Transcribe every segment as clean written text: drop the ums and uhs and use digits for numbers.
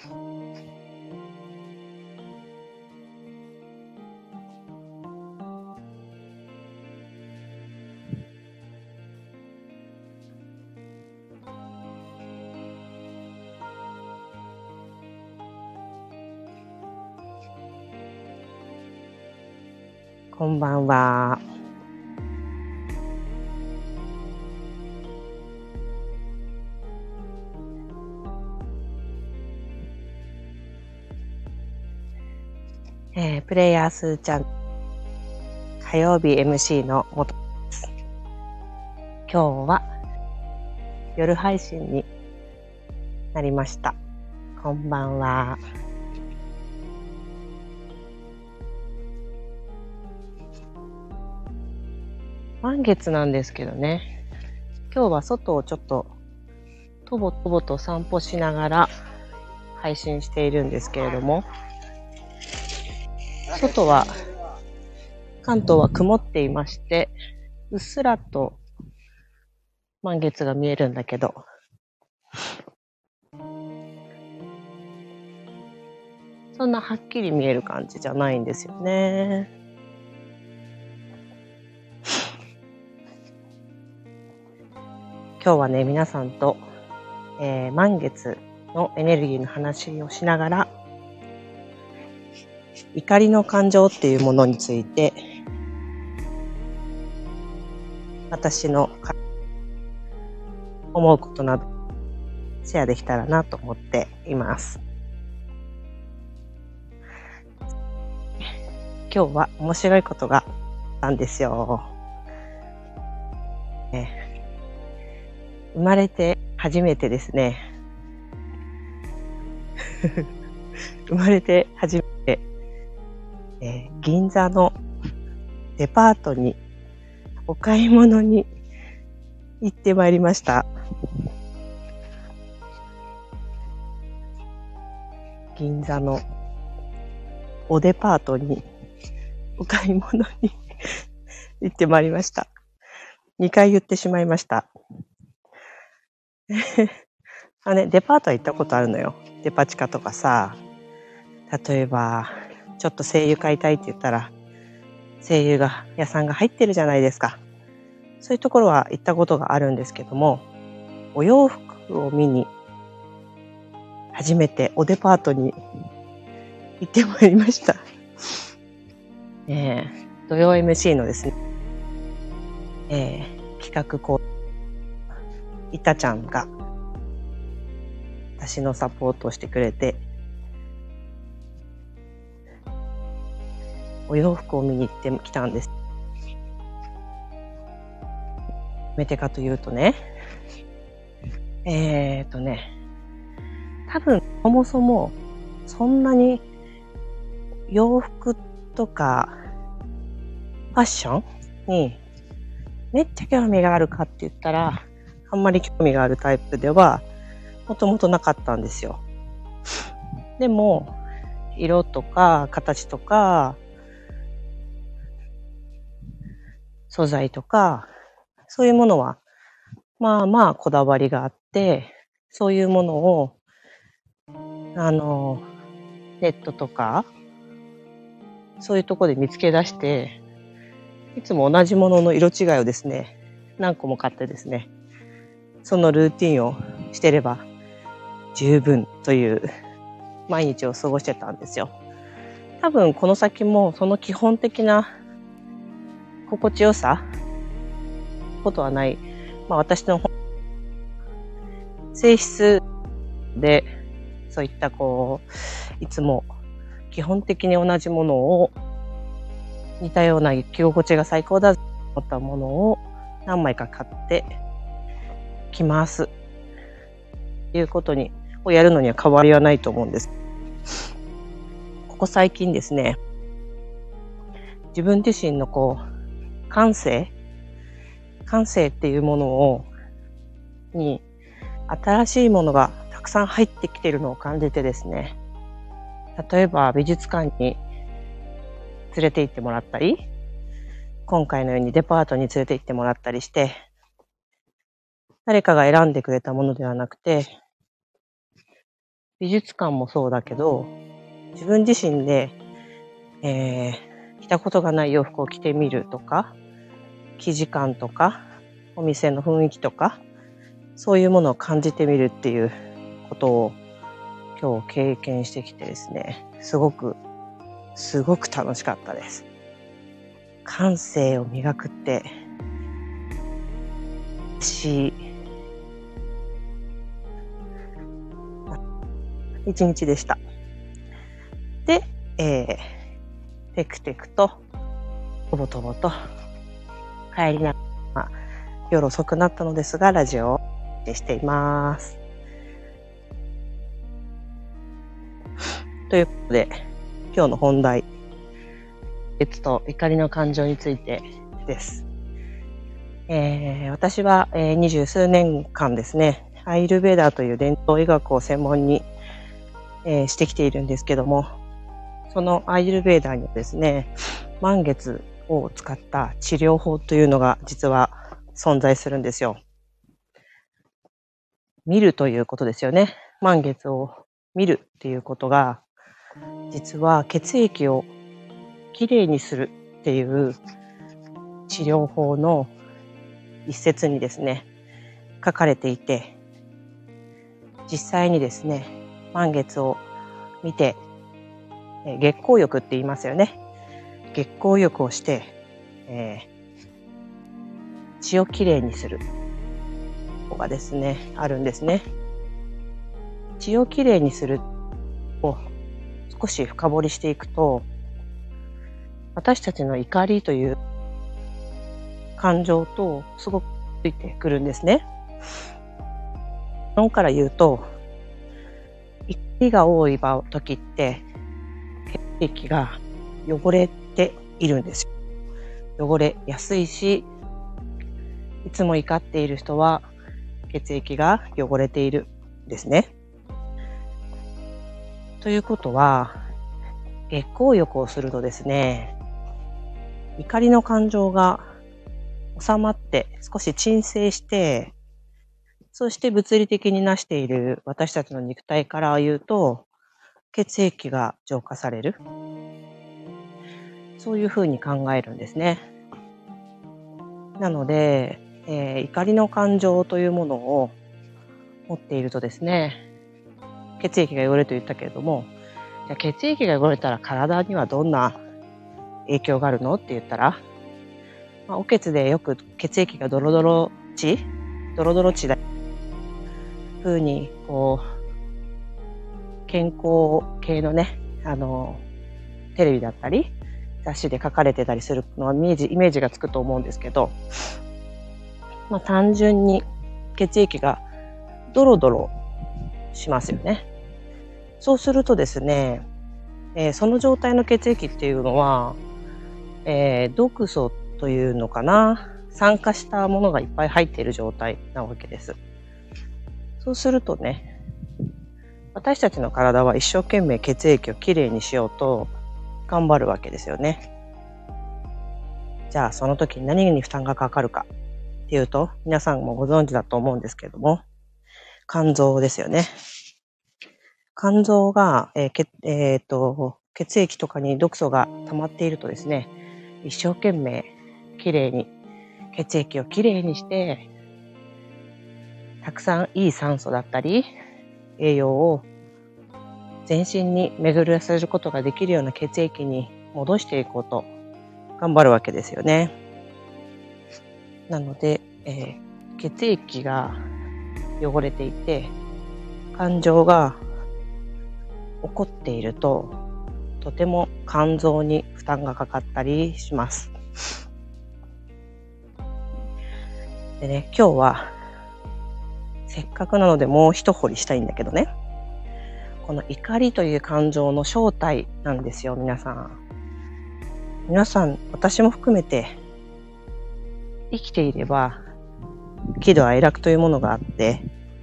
こんばんは。プレイヤースーちゃん火曜日 MC の元です。今日は夜配信になりました。こんばんは。満月なんですけどね、今日は外をちょっととぼとぼと散歩しながら配信しているんですけれども、外は関東は曇っていまして、うっすらと満月が見えるんだけど、そんなはっきり見える感じじゃないんですよね。今日はね、皆さんと、満月のエネルギーの話をしながら、怒りの感情っていうものについて、私の思うことなどシェアできたらなと思っています。今日は面白いことがあったんですよ。生まれて初めてですね。生まれて初めて、銀座のデパートにお買い物に行ってまいりました。銀座のおデパートにお買い物に行ってまいりました。2回言ってしまいました。デパートは行ったことあるのよ。デパ地下とかさ、例えばちょっと精油買いたいって言ったら精油屋さんが入ってるじゃないですか。そういうところは行ったことがあるんですけども、お洋服を見に初めておデパートに行ってまいりました。土曜 MC のですね、企画講師いたちゃんが私のサポートをしてくれて、お洋服を見に行ってきたんです。めてかというとね、多分そもそもそんなに洋服とかファッションにめっちゃ興味があるかって言ったら、あんまり興味があるタイプではもともとなかったんですよ。でも色とか形とか素材とかそういうものはまあまあこだわりがあって、そういうものをネットとかそういうところで見つけ出して、いつも同じものの色違いをですね、何個も買ってですね、そのルーティンをしてれば十分という毎日を過ごしてたんですよ。多分この先もその基本的な心地よさことはない。私の性質でそういったいつも基本的に同じものを似たような着心地が最高だと思ったものを何枚か買ってきますということをやるのには変わりはないと思うんです。ここ最近ですね、自分自身の感性っていうものに新しいものがたくさん入ってきているのを感じてですね、例えば美術館に連れて行ってもらったり、今回のようにデパートに連れて行ってもらったりして、誰かが選んでくれたものではなくて、 美術館もそうだけど、自分自身で、着たことがない洋服を着てみるとか、生地感とか、お店の雰囲気とか、そういうものを感じてみるっていうことを今日経験してきてですね、すごく楽しかったです。感性を磨くって一日でした。で、テクテクととぼとぼと帰りながら、夜遅くなったのですがラジオをしています。ということで今日の本題、と怒りの感情についてです。私は、20数年間ですね、アイルベーダーという伝統医学を専門に、してきているんですけども、そのアイルベーダーにはですね、満月を使った治療法というのが実は存在するんですよ。見るということですよね。満月を見るっていうことが、実は血液をきれいにするっていう治療法の一節にですね、書かれていて、実際にですね、満月を見て、月光浴って言いますよね。月光浴をして、血をきれいにするのがですね、あるんですね。血をきれいにするを少し深掘りしていくと、私たちの怒りという感情とすごくついてくるんですね。結論から言うと、怒りが多い時って血液が汚れているんですよ。汚れやすいし、いつも怒っている人は血液が汚れているんですね。ということは、月光浴をするとですね、怒りの感情が収まって少し鎮静して、そして物理的になしている私たちの肉体から言うと、血液が浄化される。そういうふうに考えるんですね。なので、怒りの感情というものを持っているとですね、血液が汚れると言ったけれども、じゃあ血液が汚れたら体にはどんな影響があるのって言ったら、お血でよく血液がドロドロ血だふうにこう健康系のね、テレビだったり雑誌で書かれてたりするのはイメージがつくと思うんですけど、単純に血液がドロドロしますよね。そうするとですね、その状態の血液っていうのは、毒素というのかな、酸化したものがいっぱい入っている状態なわけです。そうするとね、私たちの体は一生懸命血液をきれいにしようと頑張るわけですよね。じゃあその時に何に負担がかかるかっていうと、皆さんもご存知だと思うんですけれども、肝臓ですよね。肝臓が、血液とかに毒素が溜まっているとですね、一生懸命きれいに血液をきれいにして、たくさんいい酸素だったり栄養を全身に巡らせることができるような血液に戻していこうと頑張るわけですよね。なので、血液が汚れていて感情が起こっていると、とても肝臓に負担がかかったりします。でね、今日はせっかくなのでもう一掘りしたいんだけどね、この怒りという感情の正体なんですよ。皆さん、私も含めて生きていれば喜怒哀楽というものがあって、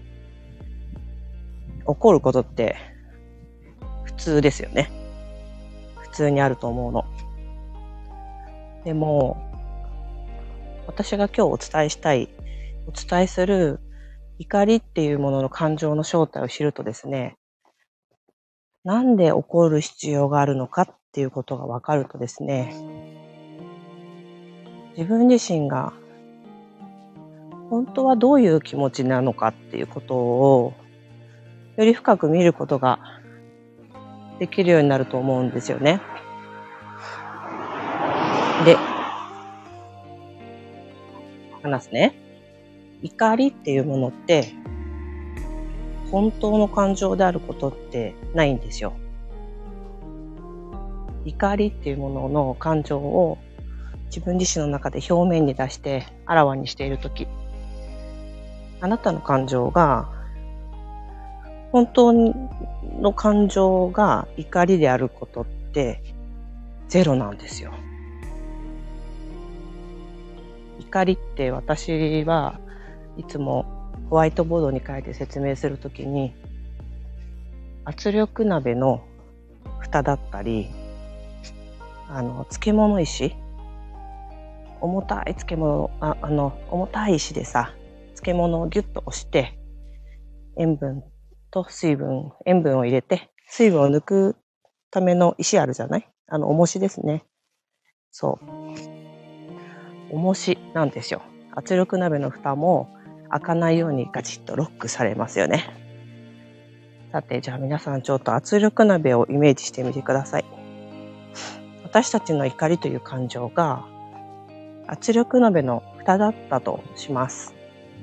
起こることって普通ですよね。普通にあると思うの。でも私が今日お伝えする怒りっていうものの感情の正体を知るとですね、 なんで起こる必要があるのかっていうことが分かるとですね、自分自身が本当はどういう気持ちなのかっていうことをより深く見ることができるようになると思うんですよね。で、話すね。怒りっていうものって本当の感情であることってないんですよ。怒りっていうものの感情を自分自身の中で表面に出してあらわにしているとき、あなたの感情が本当の感情が怒りであることってゼロなんですよ。怒りって私はいつもホワイトボードに書いて説明するときに、圧力鍋の蓋だったり、漬物石、重たい漬物、重たい石でさ、漬物をギュッと押して、塩分と塩分を入れて、水分を抜くための石あるじゃない？重しですね。そう。重しなんですよ。圧力鍋の蓋も開かないようにガチッとロックされますよね。さて、じゃあ皆さんちょっと圧力鍋をイメージしてみてください。私たちの怒りという感情が圧力鍋の蓋だったとします。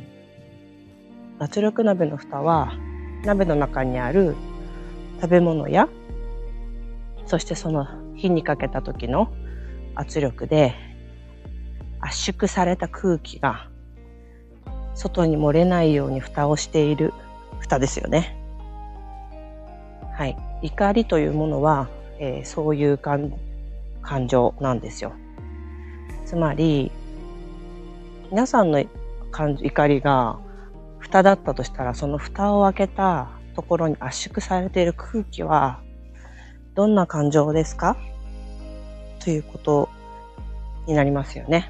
圧力鍋の蓋は鍋の中にある食べ物や、そしてその火にかけた時の圧力で圧縮された空気が外に漏れないように蓋をしている蓋ですよね。はい。怒りというものは、そういう感情なんですよ。つまり、皆さんの怒りが蓋だったとしたら、その蓋を開けたところに圧縮されている空気はどんな感情ですか？ということになりますよね。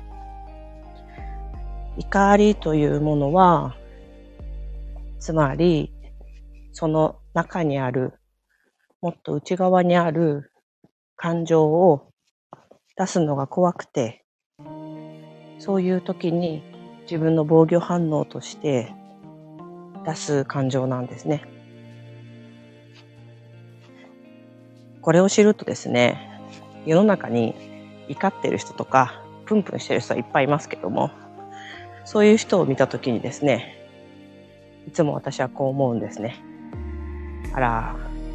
怒りというものは、つまりその中にある、もっと内側にある感情を出すのが怖くて、そういう時に自分の防御反応として出す感情なんですね。これを知るとですね、世の中に怒ってる人とかプンプンしてる人はいっぱいいますけども、そういう人を見た時にですね、いつも私はこう思うんですね。あら、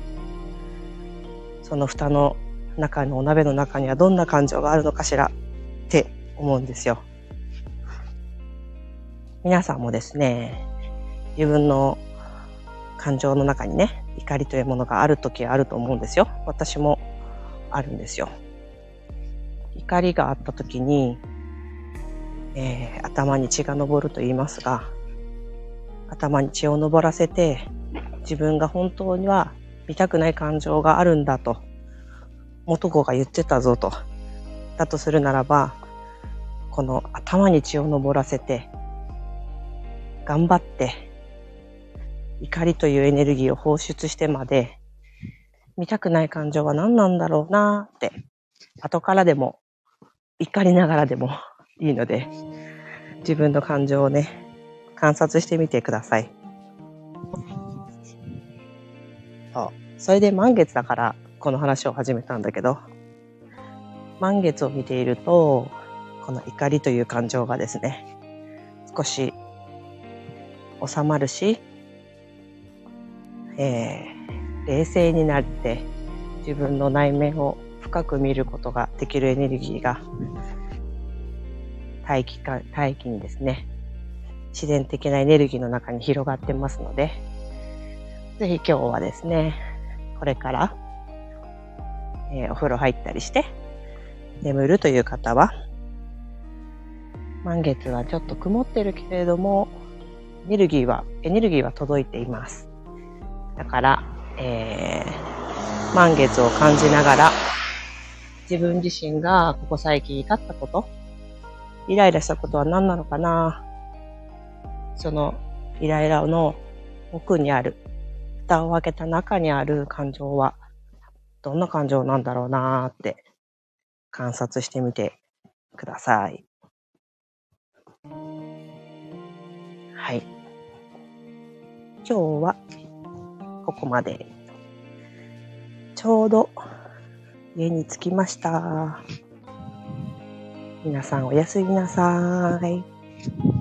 その蓋の中のお鍋の中にはどんな感情があるのかしらって思うんですよ。皆さんもですね、自分の感情の中にね、怒りというものがある時はあると思うんですよ。私もあるんですよ。怒りがあった時に、頭に血が上ると言いますが、頭に血を上らせて、自分が本当には見たくない感情があるんだと、元子が言ってたぞと。だとするならば、この頭に血を上らせて、頑張って、怒りというエネルギーを放出してまで、見たくない感情は何なんだろうなって、後からでも、怒りながらでもいいので、自分の感情をね、観察してみてください。それで満月だからこの話を始めたんだけど、満月を見ていると、この怒りという感情がですね、少し収まるし、冷静になって自分の内面を深く見ることができるエネルギーが大気にですね、自然的なエネルギーの中に広がってますので、ぜひ今日はですね、これから、お風呂入ったりして眠るという方は、満月はちょっと曇ってるけれども、エネルギーは届いています。だから、満月を感じながら、自分自身がここ最近怒ったこと、イライラしたことは何なのかな、そのイライラの奥にある、蓋を開けた中にある感情はどんな感情なんだろうなーって観察してみてください。はい。今日はここまで。ちょうど家に着きました。皆さんおやすみなさい。